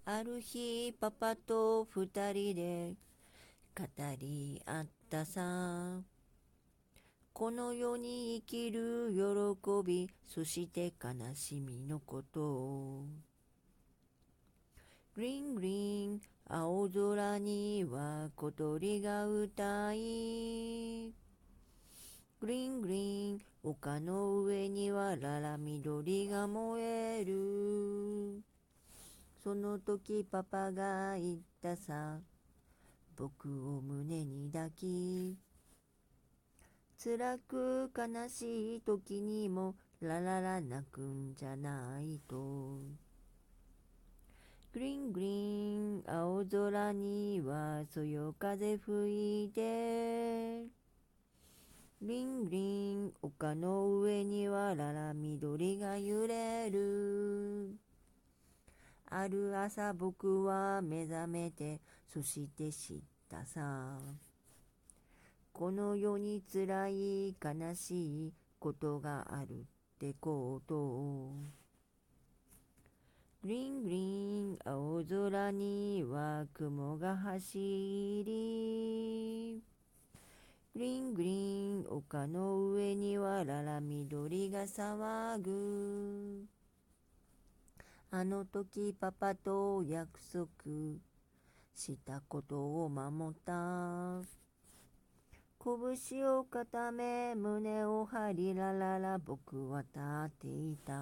ある日パパと二人で語り合ったさ。この世に生きる喜び、そして悲しみのことを。グリーングリーン、青空には小鳥が歌い。グリーングリーン、丘の上にはララ緑が燃える。その時パパが言ったさ。僕を胸に抱き。辛く悲しい時にもラララ泣くんじゃないと。グリーングリーン、青空にはそよ風吹いて。グリーングリーン、丘の上にはララ緑が揺れる。ある朝僕は目覚めて、そして知ったさ。この世に辛い悲しいことがあるってことを。グリーングリーン、青空には雲が走り。グリーングリーン、丘の上にはララ緑が騒ぐ。あの時パパと約束したことを守った。拳を固め胸を張りラララ僕は立っていた。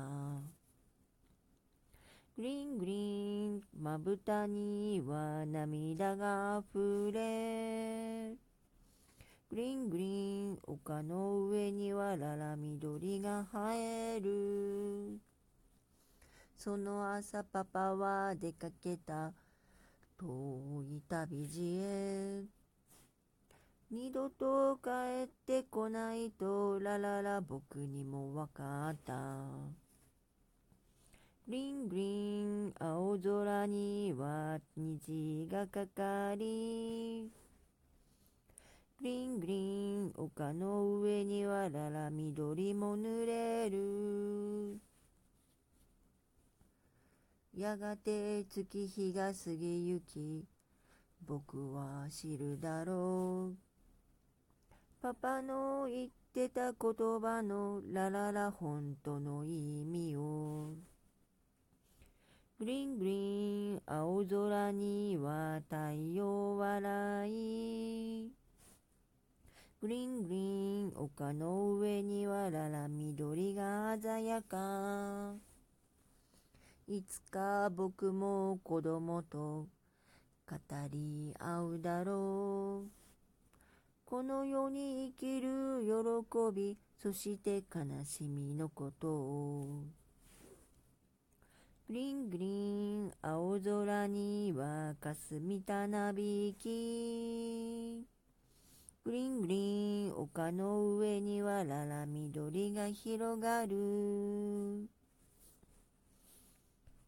グリーングリーン、まぶたには涙が溢れ。グリーングリーン、丘の上にはララ緑が生える。その朝パパは出かけた。遠い旅路へ。二度と帰ってこないとラララ僕にもわかった。グリーングリーン、青空には虹がかかり。グリーングリーン、丘の上にはララ緑も濡れる。やがて月日が過ぎゆき、僕は知るだろう。パパの言ってた言葉のラララ本当の意味を。グリーングリーン、青空には太陽笑い。グリーングリーン、丘の上にはララ緑が鮮やか。いつか僕も子供と語り合うだろう。この世に生きる喜び、そして悲しみのことを。グリーングリーン、青空には霞たなびき。グリーングリーン、丘の上にはララ緑が広がる。